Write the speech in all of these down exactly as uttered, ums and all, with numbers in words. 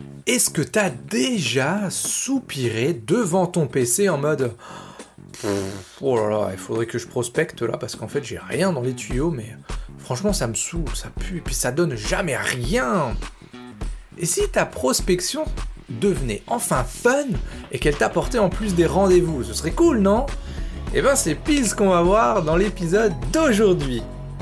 Est-ce que t'as déjà soupiré devant ton P C en mode oh là là, il faudrait que je prospecte là parce qu'en fait j'ai rien dans les tuyaux, mais franchement ça me saoule, ça pue, et puis ça donne jamais rien. Et si ta prospection devenait enfin fun et qu'elle t'apportait en plus des rendez-vous, ce serait cool, non ? Et ben c'est pile ce qu'on va voir dans l'épisode d'aujourd'hui.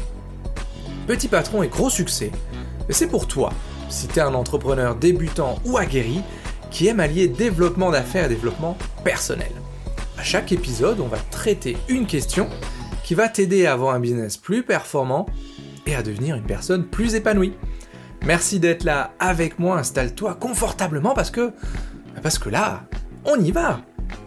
Petit patron et gros succès, c'est pour toi, si t'es un entrepreneur débutant ou aguerri qui aime allier développement d'affaires et développement personnel. À chaque épisode, on va traiter une question qui va t'aider à avoir un business plus performant et à devenir une personne plus épanouie. Merci d'être là avec moi, installe-toi confortablement parce que, parce que là, on y va.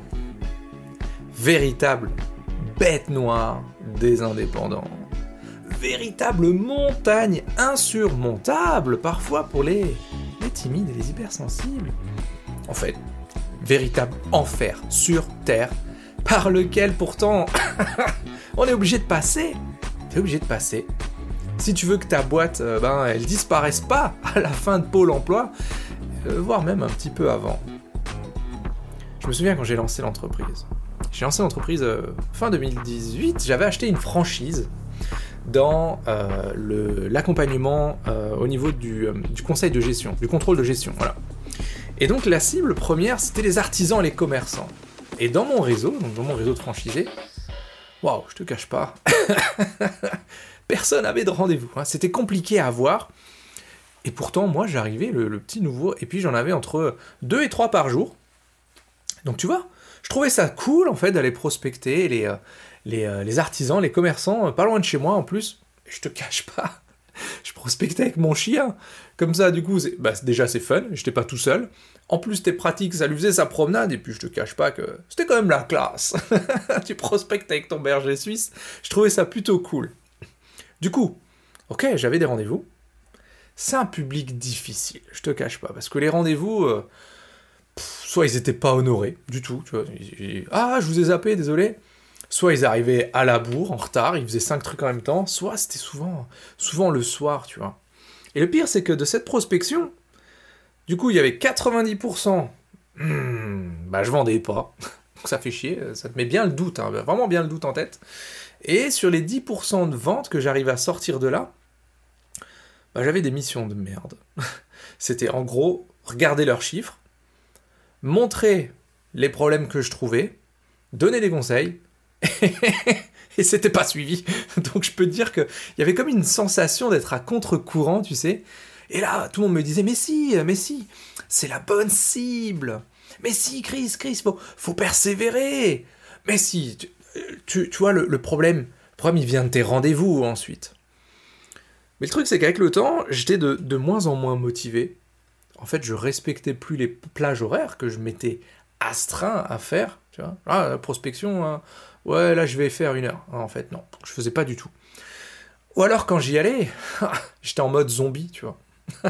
Véritable bête noire des indépendants. Véritable montagne insurmontable parfois pour les, les timides et les hypersensibles. En fait, véritable enfer sur Terre par lequel pourtant on est obligé de passer. T'es obligé de passer. Si tu veux que ta boîte, euh, ben, elle disparaisse pas à la fin de Pôle emploi, euh, voire même un petit peu avant. Je me souviens quand j'ai lancé l'entreprise. J'ai lancé l'entreprise euh, fin deux mille dix-huit, j'avais acheté une franchise dans euh, le, l'accompagnement euh, au niveau du, euh, du conseil de gestion, du contrôle de gestion, voilà. Et donc la cible première, c'était les artisans et les commerçants. Et dans mon réseau, donc dans mon réseau de franchisés, waouh, je te cache pas, personne n'avait de rendez-vous, hein. C'était compliqué à avoir. Et pourtant, moi, j'arrivais, le, le petit nouveau, et puis j'en avais entre deux et trois par jour. Donc tu vois, je trouvais ça cool, en fait, d'aller prospecter les... Euh, Les, euh, les artisans, les commerçants, euh, pas loin de chez moi en plus, je te cache pas, je prospectais avec mon chien, comme ça du coup, c'est, bah, déjà c'est fun, j'étais pas tout seul, en plus c'était pratique, ça lui faisait sa promenade, et puis je te cache pas que c'était quand même la classe, tu prospectes avec ton berger suisse, je trouvais ça plutôt cool. Du coup, ok, j'avais des rendez-vous, c'est un public difficile, je te cache pas, parce que les rendez-vous, euh, pff, soit ils étaient pas honorés, du tout, tu vois, ils, ils, ah je vous ai zappé, désolé. Soit ils arrivaient à la bourre, en retard, ils faisaient cinq trucs en même temps, soit c'était souvent, souvent le soir, tu vois. Et le pire, c'est que de cette prospection, du coup, il y avait quatre-vingt-dix pour cent, hmm, bah je vendais pas, donc ça fait chier, ça te met bien le doute, hein, vraiment bien le doute en tête. Et sur les dix pour cent de ventes que j'arrivais à sortir de là, bah j'avais des missions de merde. C'était en gros, regarder leurs chiffres, montrer les problèmes que je trouvais, donner des conseils, et c'était pas suivi. Donc je peux te dire qu'il y avait comme une sensation d'être à contre-courant, tu sais. Et là, tout le monde me disait, mais si, mais si, c'est la bonne cible. Mais si, Chris, Chris, faut, faut persévérer. Mais si, tu, tu, tu vois, le, le problème, le problème, il vient de tes rendez-vous ensuite. Mais le truc, c'est qu'avec le temps, j'étais de, de moins en moins motivé. En fait, je respectais plus les plages horaires que je m'étais astreint à faire. Tu vois, ah, la prospection, hein. Ouais, là, je vais faire une heure. En fait, non, je faisais pas du tout. Ou alors, quand j'y allais, j'étais en mode zombie, tu vois.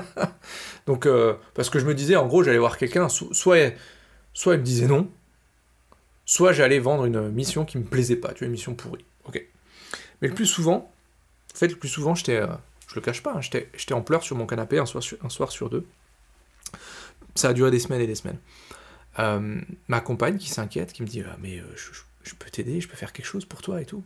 Donc, euh, parce que je me disais, en gros, j'allais voir quelqu'un, so- soit, soit il me disait non, soit j'allais vendre une mission qui me plaisait pas, tu vois, une mission pourrie. Ok. Mais le plus souvent, en fait, le plus souvent, j'étais, euh, je le cache pas, hein, j'étais, j'étais en pleurs sur mon canapé un soir sur, un soir sur deux. Ça a duré des semaines et des semaines. Euh, ma compagne qui s'inquiète, qui me dit ah, mais euh, je, je, je peux t'aider, je peux faire quelque chose pour toi et tout.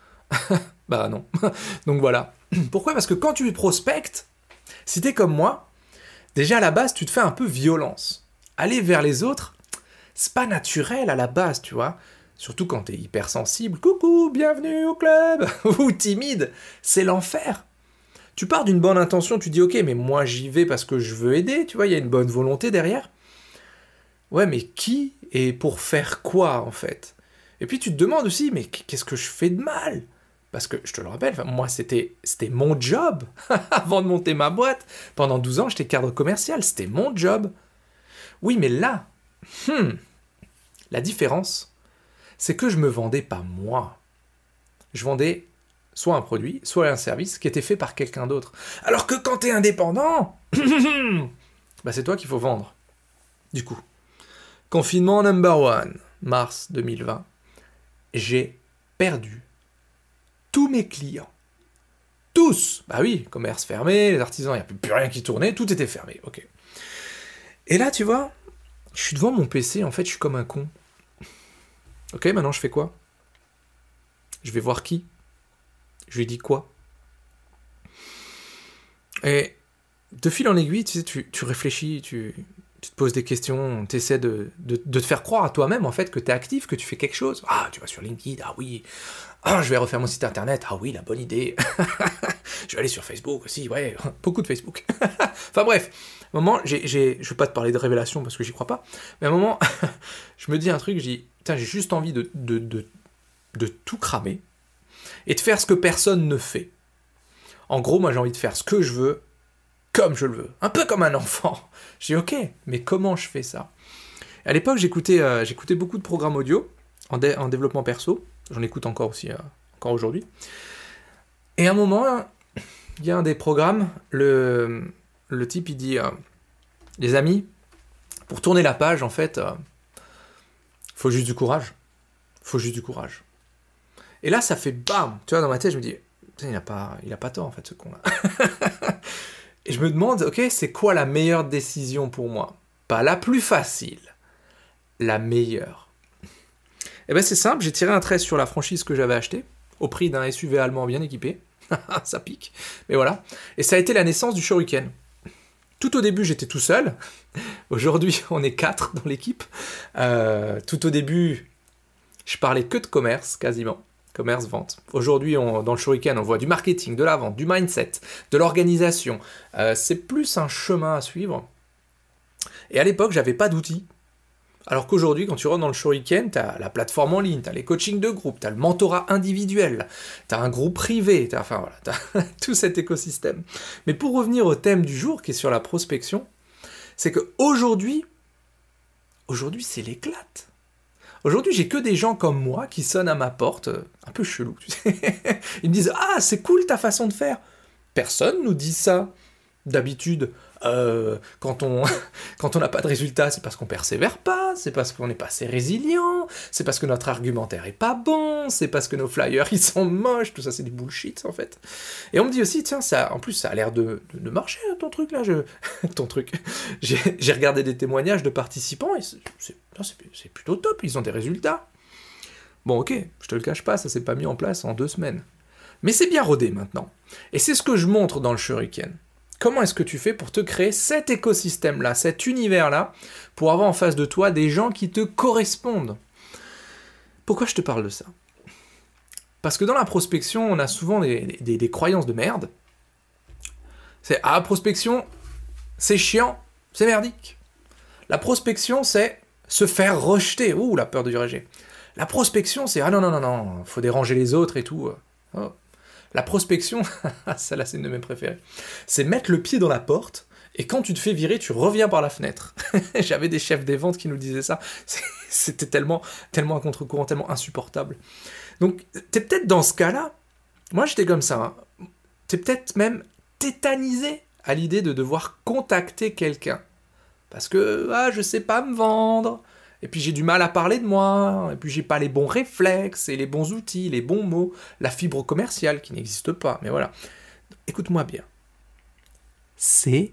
Bah non. Donc voilà. Pourquoi ? Parce que quand tu prospectes, si t'es comme moi, déjà à la base tu te fais un peu violence. Aller vers les autres, c'est pas naturel à la base, tu vois. Surtout quand t'es hypersensible, coucou, bienvenue au club, ou timide, c'est l'enfer. Tu pars d'une bonne intention, tu dis ok, mais moi j'y vais parce que je veux aider, tu vois, il y a une bonne volonté derrière. Ouais, mais qui et pour faire quoi, en fait ? Et puis tu te demandes aussi, mais qu'est-ce que je fais de mal ? Parce que, je te le rappelle, moi, c'était, c'était mon job. Avant de monter ma boîte, pendant douze ans, j'étais cadre commercial, c'était mon job. Oui, mais là, hmm, la différence, c'est que je me vendais pas moi. Je vendais soit un produit, soit un service qui était fait par quelqu'un d'autre. Alors que quand t'es indépendant, bah c'est toi qu'il faut vendre. Du coup, confinement number one, mars deux mille vingt, j'ai perdu tous mes clients. Tous. Bah oui, commerce fermé, les artisans, il n'y a plus, plus rien qui tournait, tout était fermé, ok. Et là, tu vois, je suis devant mon P C, en fait, je suis comme un con. Ok, maintenant je fais quoi? Je vais voir qui? Je lui dis quoi? Et de fil en aiguille, tu sais, tu, tu réfléchis, tu, tu te poses des questions, tu essaies de, de, de te faire croire à toi-même, en fait, que tu es actif, que tu fais quelque chose. Ah, tu vas sur LinkedIn, ah oui. Ah, je vais refaire mon site internet, ah oui, la bonne idée. Je vais aller sur Facebook aussi, ouais, beaucoup de Facebook. Enfin bref, à un moment, j'ai, j'ai, je veux pas te parler de révélation parce que j'y crois pas, mais à un moment, je me dis un truc, je dis, putain, j'ai juste envie de, de, de, de tout cramer et de faire ce que personne ne fait. En gros, moi j'ai envie de faire ce que je veux, comme je le veux, un peu comme un enfant. Je dis ok, mais comment je fais ça? À l'époque, j'écoutais, euh, j'écoutais beaucoup de programmes audio en, dé- en développement perso, j'en écoute encore aussi, euh, encore aujourd'hui. Et à un moment, il y a un des programmes, le, le type il dit, euh, les amis, pour tourner la page, en fait, euh, faut juste du courage. Faut juste du courage. Et là, ça fait bam, tu vois, dans ma tête, je me dis, il n'a pas, il a pas tort, en fait, ce con-là. Et je me demande, ok, c'est quoi la meilleure décision pour moi? Pas la plus facile, la meilleure. Et ben c'est simple, j'ai tiré un trait sur la franchise que j'avais achetée, au prix d'un S U V allemand bien équipé. Ça pique, mais voilà. Et ça a été la naissance du Shuriken. Tout au début, j'étais tout seul. Aujourd'hui, on est quatre dans l'équipe. Euh, tout au début, je parlais que de commerce, quasiment. Commerce, vente. Aujourd'hui, on, dans le Shuriken, on voit du marketing, de la vente, du mindset, de l'organisation. Euh, c'est plus un chemin à suivre. Et à l'époque, j'avais pas d'outils. Alors qu'aujourd'hui, quand tu rentres dans le Shuriken, t'as la plateforme en ligne, t'as les coachings de groupe, t'as le mentorat individuel, t'as un groupe privé, t'as, enfin voilà, t'as tout cet écosystème. Mais pour revenir au thème du jour, qui est sur la prospection, c'est qu'aujourd'hui, aujourd'hui, c'est l'éclate. Aujourd'hui, j'ai que des gens comme moi qui sonnent à ma porte, un peu chelou, tu sais. Ils me disent « Ah, c'est cool ta façon de faire !» Personne nous dit ça. D'habitude, euh, quand on quand on n'a pas de résultat, c'est parce qu'on persévère pas, c'est parce qu'on n'est pas assez résilient, c'est parce que notre argumentaire est pas bon, c'est parce que nos flyers ils sont moches, tout ça c'est du bullshit en fait. Et on me dit aussi, tiens, ça, en plus ça a l'air de, de, de marcher ton truc là, je... ton truc. J'ai, j'ai regardé des témoignages de participants et c'est, c'est, c'est, c'est plutôt top, ils ont des résultats. Bon ok, je te le cache pas, ça s'est pas mis en place en deux semaines. Mais c'est bien rodé maintenant. Et c'est ce que je montre dans le Shuriken. Comment est-ce que tu fais pour te créer cet écosystème-là, cet univers-là, pour avoir en face de toi des gens qui te correspondent? Pourquoi je te parle de ça? Parce que dans la prospection, on a souvent des, des, des croyances de merde. C'est « Ah, prospection, c'est chiant, c'est merdique. » La prospection, c'est se faire rejeter. Ouh, la peur de du rejet. La prospection, c'est « Ah non, non, non, non, faut déranger les autres et tout. » Oh. La prospection, celle-là c'est une de mes préférées, c'est mettre le pied dans la porte, et quand tu te fais virer, tu reviens par la fenêtre. J'avais des chefs des ventes qui nous disaient ça, c'était tellement, tellement à contre-courant, tellement insupportable. Donc, t'es peut-être dans ce cas-là, moi j'étais comme ça, hein. T'es peut-être même tétanisé à l'idée de devoir contacter quelqu'un. Parce que, ah, je sais pas me vendre, et puis j'ai du mal à parler de moi, et puis j'ai pas les bons réflexes, et les bons outils, les bons mots, la fibre commerciale qui n'existe pas, mais voilà. Écoute-moi bien. C'est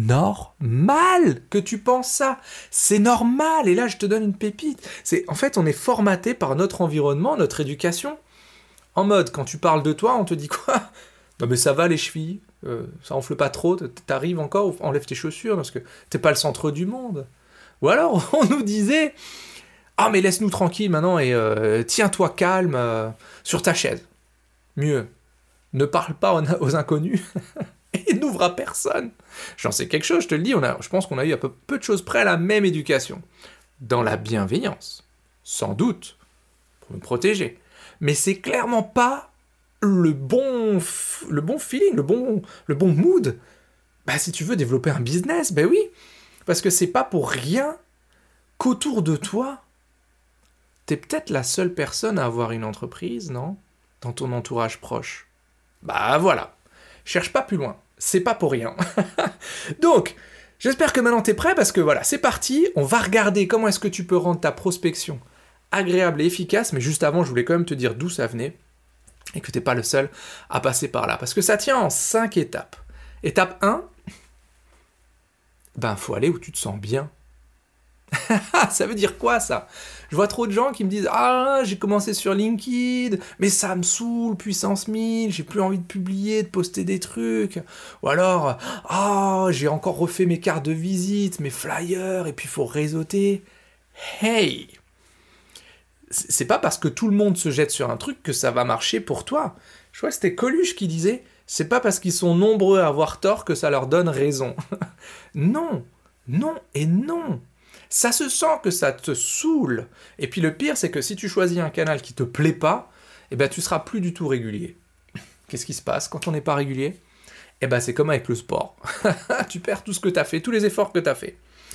normal que tu penses ça. C'est normal, et là je te donne une pépite. C'est, en fait, on est formaté par notre environnement, notre éducation. En mode, quand tu parles de toi, on te dit quoi? Non mais ça va les chevilles, euh, ça enfle pas trop, t'arrives encore, enlève tes chaussures, parce que t'es pas le centre du monde. Ou alors, on nous disait « Ah, mais laisse-nous tranquille maintenant et euh, tiens-toi calme euh, sur ta chaise. » Mieux, ne parle pas aux, aux inconnus et n'ouvre à personne. J'en sais quelque chose, je te le dis, on a, je pense qu'on a eu à peu, peu de choses près la même éducation. Dans la bienveillance, sans doute, pour nous protéger. Mais c'est clairement pas le bon, le bon feeling, le bon, le bon mood. Bah, si tu veux développer un business, ben oui. Parce que c'est pas pour rien qu'autour de toi, t'es peut-être la seule personne à avoir une entreprise, non? Dans ton entourage proche. Bah voilà. Cherche pas plus loin. C'est pas pour rien. Donc, j'espère que maintenant t'es prêt parce que voilà, c'est parti. On va regarder comment est-ce que tu peux rendre ta prospection agréable et efficace. Mais juste avant, je voulais quand même te dire d'où ça venait et que t'es pas le seul à passer par là. Parce que ça tient en cinq étapes. Étape un, ben faut aller où tu te sens bien. Ça veut dire quoi ça? Je vois trop de gens qui me disent « Ah, j'ai commencé sur LinkedIn, mais ça me saoule, puissance mille, j'ai plus envie de publier, de poster des trucs. » Ou alors « Ah, j'ai encore refait mes cartes de visite, mes flyers, et puis il faut réseauter. » Hey! C'est pas parce que tout le monde se jette sur un truc que ça va marcher pour toi. Je crois que c'était Coluche qui disait « C'est pas parce qu'ils sont nombreux à avoir tort que ça leur donne raison. » Non, non et non. Ça se sent que ça te saoule. Et puis le pire, c'est que si tu choisis un canal qui te plaît pas, eh ben tu seras plus du tout régulier. Qu'est-ce qui se passe quand on n'est pas régulier? Eh ben c'est comme avec le sport. Tu perds tout ce que tu as fait, tous les efforts que tu as fait.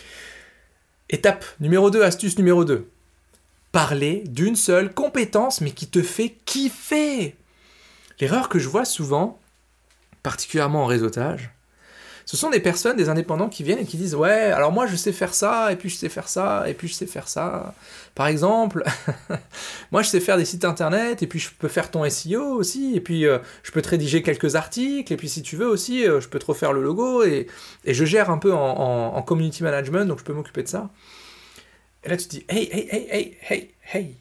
Étape numéro deux, astuce numéro deux. Parler d'une seule compétence, mais qui te fait kiffer. L'erreur que je vois souvent, particulièrement en réseautage, ce sont des personnes, des indépendants qui viennent et qui disent « Ouais, alors moi je sais faire ça, et puis je sais faire ça, et puis je sais faire ça. » Par exemple, moi je sais faire des sites internet, et puis je peux faire ton S E O aussi, et puis euh, je peux te rédiger quelques articles, et puis si tu veux aussi, euh, je peux te refaire le logo, et, et je gère un peu en, en, en community management, donc je peux m'occuper de ça. Et là tu te dis « Hey, hey, hey, hey, hey, hey,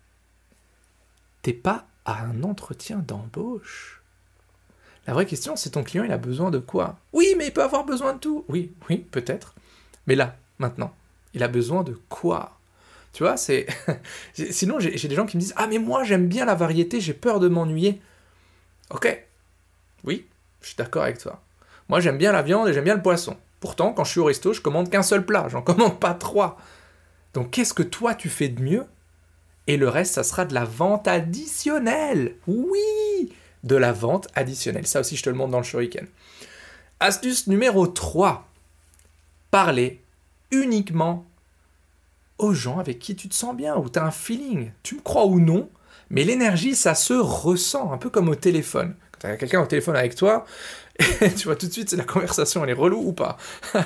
t'es pas à un entretien d'embauche. La vraie question, c'est ton client, il a besoin de quoi? Oui, mais il peut avoir besoin de tout. Oui, oui, peut-être. Mais là, maintenant, il a besoin de quoi? Tu vois, c'est... Sinon, j'ai, j'ai des gens qui me disent « Ah, mais moi, j'aime bien la variété, j'ai peur de m'ennuyer. » Ok. Oui, je suis d'accord avec toi. Moi, j'aime bien la viande et j'aime bien le poisson. Pourtant, quand je suis au resto, je commande qu'un seul plat, j'en commande pas trois. Donc, qu'est-ce que toi, tu fais de mieux? Et le reste, ça sera de la vente additionnelle. Oui, de la vente additionnelle. Ça aussi, je te le montre dans le Shuriken. Astuce numéro trois. Parler uniquement aux gens avec qui tu te sens bien, où tu as un feeling. Tu me crois ou non, mais l'énergie, ça se ressent, un peu comme au téléphone. Quand tu as quelqu'un au téléphone avec toi, tu vois tout de suite si la conversation, elle est relou ou pas.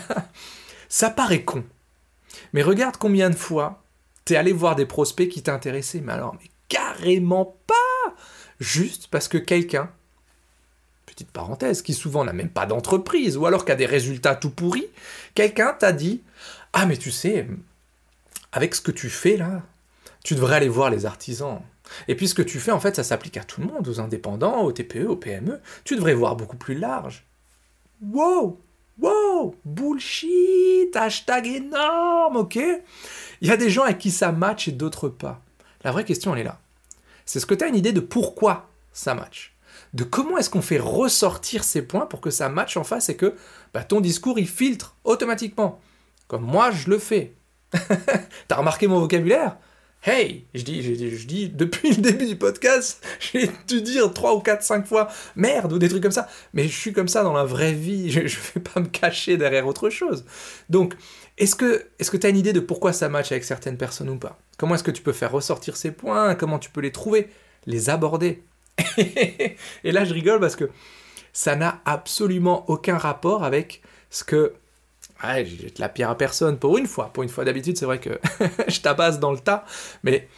Ça paraît con. Mais regarde combien de fois t'es allé voir des prospects qui t'intéressaient, mais alors, mais carrément pas! Juste parce que quelqu'un, petite parenthèse, qui souvent n'a même pas d'entreprise, ou alors qui a des résultats tout pourris, quelqu'un t'a dit « Ah, mais tu sais, avec ce que tu fais là, tu devrais aller voir les artisans. Et puis ce que tu fais, en fait, ça s'applique à tout le monde, aux indépendants, aux T P E, aux P M E. Tu devrais voir beaucoup plus large. » Wow! Wow! Bullshit! Hashtag énorme, ok? Il y a des gens avec qui ça match et d'autres pas. La vraie question, elle est là. C'est ce que tu as une idée de pourquoi ça match. De comment est-ce qu'on fait ressortir ces points pour que ça matche en face et que bah, ton discours, il filtre automatiquement. Comme moi, je le fais. T'as remarqué mon vocabulaire? Hey, je dis, je, dis, je dis, depuis le début du podcast, j'ai dû dire trois ou quatre, cinq fois merde ou des trucs comme ça. Mais je suis comme ça dans la vraie vie, je ne vais pas me cacher derrière autre chose. Donc, est-ce que est-ce que tu as une idée de pourquoi ça match avec certaines personnes ou pas? Comment est-ce que tu peux faire ressortir ces points? Comment tu peux les trouver? Les aborder? Et là, je rigole parce que ça n'a absolument aucun rapport avec ce que... Ouais, je jette la pierre à personne pour une fois. Pour une fois, d'habitude, c'est vrai que je tabasse dans le tas. Mais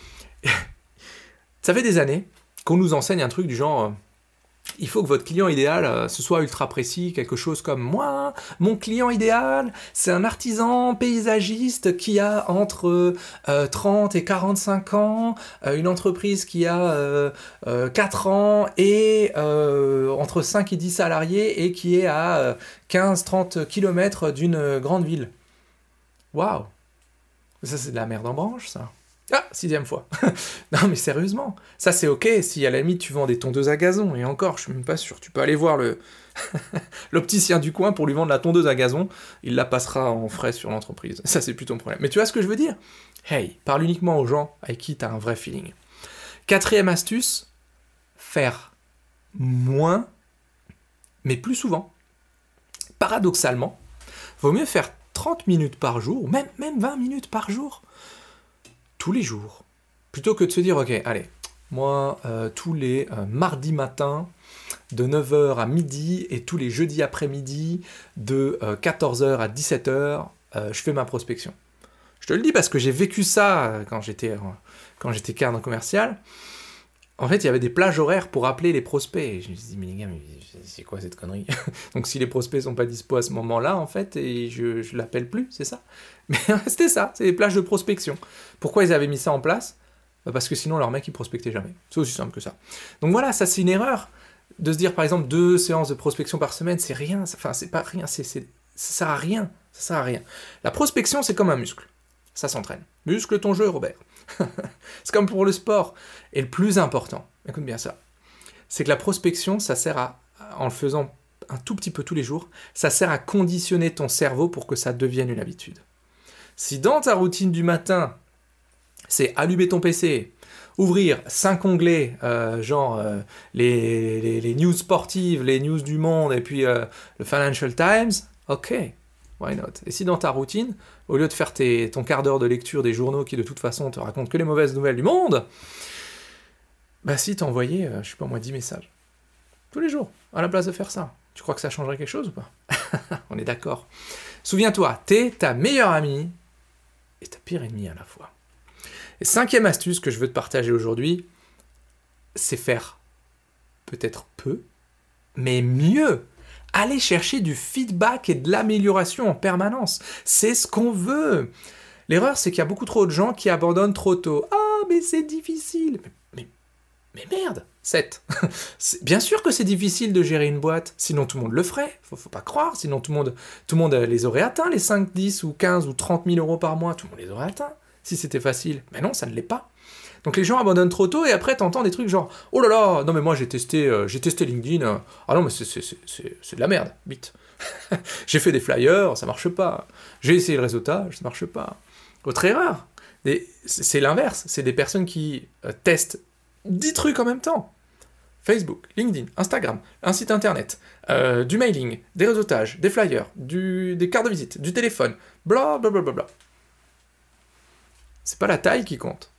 ça fait des années qu'on nous enseigne un truc du genre... Euh, il faut que votre client idéal, euh, ce soit ultra précis, quelque chose comme moi, mon client idéal, c'est un artisan paysagiste qui a entre euh, trente et quarante-cinq ans, euh, une entreprise qui a euh, euh, quatre ans et euh, entre cinq et dix salariés et qui est à euh, quinze à trente kilomètres d'une grande ville. Waouh! Ça, c'est de la merde en branche, ça. Ah, sixième fois. Non, mais sérieusement, ça c'est ok si à la limite tu vends des tondeuses à gazon, et encore, je suis même pas sûr, tu peux aller voir le l'opticien du coin pour lui vendre la tondeuse à gazon, il la passera en frais sur l'entreprise. Ça c'est plus ton problème. Mais tu vois ce que je veux dire? Hey, parle uniquement aux gens avec qui tu as un vrai feeling. Quatrième astuce, faire moins, mais plus souvent. Paradoxalement, vaut mieux faire trente minutes par jour, ou même, même vingt minutes par jour, tous les jours, plutôt que de se dire, ok, allez, moi, euh, tous les euh, mardis matins, de neuf heures à midi, et tous les jeudis après-midi, de euh, quatorze heures à dix-sept heures, euh, je fais ma prospection. Je te le dis parce que j'ai vécu ça quand j'étais, euh, quand j'étais cadre commercial. en fait, il y avait des plages horaires pour appeler les prospects. Et je me suis dit, mais les gars, mais c'est quoi cette connerie? Donc si les prospects sont pas dispo à ce moment-là, en fait, et je, je l'appelle plus, c'est ça. Mais c'était ça, c'est des plages de prospection. Pourquoi ils avaient mis ça en place? Parce que sinon, leur mec, il prospectait jamais. C'est aussi simple que ça. Donc voilà, ça, c'est une erreur. De se dire, par exemple, deux séances de prospection par semaine, c'est rien. Enfin, c'est pas rien, c'est, c'est, ça sert à rien. Ça sert à rien. La prospection, c'est comme un muscle. Ça s'entraîne. Muscle ton jeu, Robert. C'est comme pour le sport. Et le plus important, écoute bien ça, c'est que la prospection, ça sert à, en le faisant un tout petit peu tous les jours, ça sert à conditionner ton cerveau pour que ça devienne une habitude. Si dans ta routine du matin, c'est allumer ton P C, ouvrir cinq onglets, euh, genre euh, les, les, les news sportives, les news du monde, et puis euh, le Financial Times, ok, why not? Et si dans ta routine, au lieu de faire tes, ton quart d'heure de lecture des journaux qui de toute façon te racontent que les mauvaises nouvelles du monde, bah si t'envoyais, euh, je sais pas moi, dix messages, tous les jours, à la place de faire ça, tu crois que ça changerait quelque chose ou pas? On est d'accord. Souviens-toi, t'es ta meilleure amie et ta pire ennemie à la fois. Et cinquième astuce que je veux te partager aujourd'hui, c'est faire peut-être peu, mais mieux. Aller chercher du feedback et de l'amélioration en permanence. C'est ce qu'on veut. L'erreur, c'est qu'il y a beaucoup trop de gens qui abandonnent trop tôt. Ah, mais c'est difficile. Mais, mais, mais merde, sept. Bien sûr que c'est difficile de gérer une boîte, sinon tout le monde le ferait. Faut, faut pas croire, sinon tout le monde, tout le monde les aurait atteints, les cinq, dix ou quinze ou trente mille euros par mois. Tout le monde les aurait atteints. Si c'était facile. Mais non, ça ne l'est pas. Donc les gens abandonnent trop tôt et après t'entends des trucs genre « Oh là là, non mais moi j'ai testé, euh, j'ai testé LinkedIn, euh, ah non mais c'est, c'est, c'est, c'est de la merde, vite. J'ai fait des flyers, ça marche pas. J'ai essayé le réseautage, ça marche pas. » Autre erreur, des, c'est l'inverse, c'est des personnes qui euh, testent dix trucs en même temps. Facebook, LinkedIn, Instagram, un site internet, euh, du mailing, des réseautages, des flyers, du, des cartes de visite, du téléphone, bla bla bla bla bla. C'est pas la taille qui compte.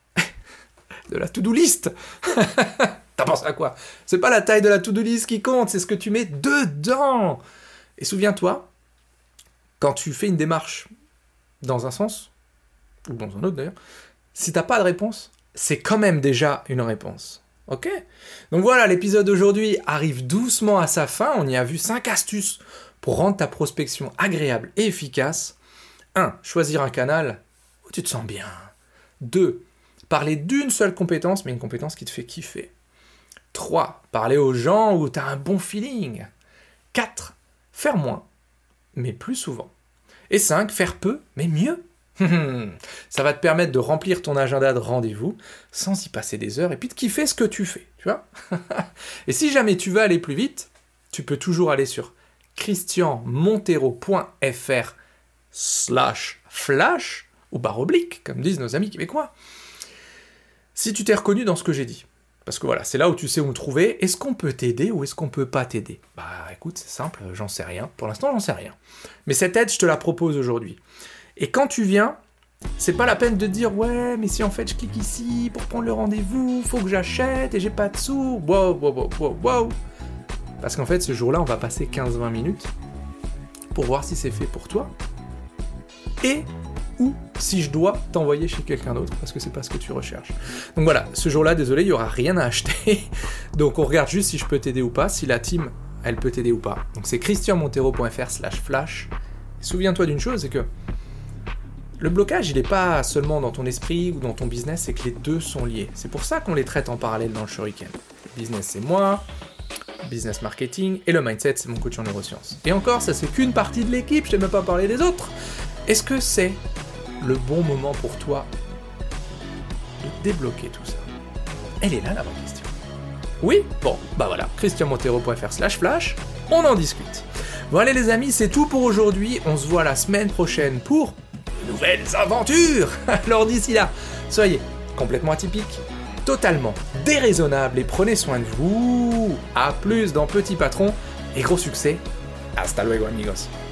De la to-do list. T'as pensé à quoi? C'est pas la taille de la to-do list qui compte, c'est ce que tu mets dedans. Et souviens-toi, quand tu fais une démarche dans un sens, ou dans un autre d'ailleurs, si t'as pas de réponse, c'est quand même déjà une réponse. Ok? Donc voilà, l'épisode d'aujourd'hui arrive doucement à sa fin. On y a vu cinq astuces pour rendre ta prospection agréable et efficace. un. Choisir un canal où tu te sens bien. deux. Parler d'une seule compétence, mais une compétence qui te fait kiffer. trois. Parler aux gens où tu as un bon feeling. quatre. Faire moins, mais plus souvent. Et cinq. Faire peu, mais mieux. Ça va te permettre de remplir ton agenda de rendez-vous sans y passer des heures et puis de kiffer ce que tu fais, tu vois. Et si jamais tu veux aller plus vite, tu peux toujours aller sur christianmontero.fr slash flash ou barre oblique, comme disent nos amis québécois. Si tu t'es reconnu dans ce que j'ai dit, parce que voilà, c'est là où tu sais où me trouver, est-ce qu'on peut t'aider ou est-ce qu'on peut pas t'aider? Bah écoute, c'est simple, j'en sais rien. Pour l'instant, j'en sais rien. Mais cette aide, je te la propose aujourd'hui. Et quand tu viens, c'est pas la peine de dire « Ouais, mais si en fait je clique ici pour prendre le rendez-vous, faut que j'achète et j'ai pas de sous. » Wow, wow, wow, wow, wow. Parce qu'en fait, ce jour-là, on va passer quinze à vingt minutes pour voir si c'est fait pour toi et ou si je dois t'envoyer chez quelqu'un d'autre parce que c'est pas ce que tu recherches. Donc voilà, ce jour-là, désolé, il y aura rien à acheter. Donc on regarde juste si je peux t'aider ou pas, si la team, elle peut t'aider ou pas. Donc c'est christianmontero.fr slash flash. Souviens-toi d'une chose, c'est que le blocage, il n'est pas seulement dans ton esprit ou dans ton business, c'est que les deux sont liés. C'est pour ça qu'on les traite en parallèle dans le Shuriken. Le business, c'est moi, le business marketing, et le mindset, c'est mon coach en neurosciences. Et encore, ça c'est qu'une partie de l'équipe, je t'ai même pas parlé des autres. Est-ce que c'est le bon moment pour toi de débloquer tout ça? Elle est là, la vraie question. Oui? Bon, bah voilà, christianmontero.fr slash flash, on en discute. Bon allez les amis, c'est tout pour aujourd'hui, on se voit la semaine prochaine pour de nouvelles aventures. Alors d'ici là, soyez complètement atypiques, totalement déraisonnables et prenez soin de vous. À plus dans Petit Patron et gros succès. Hasta luego amigos.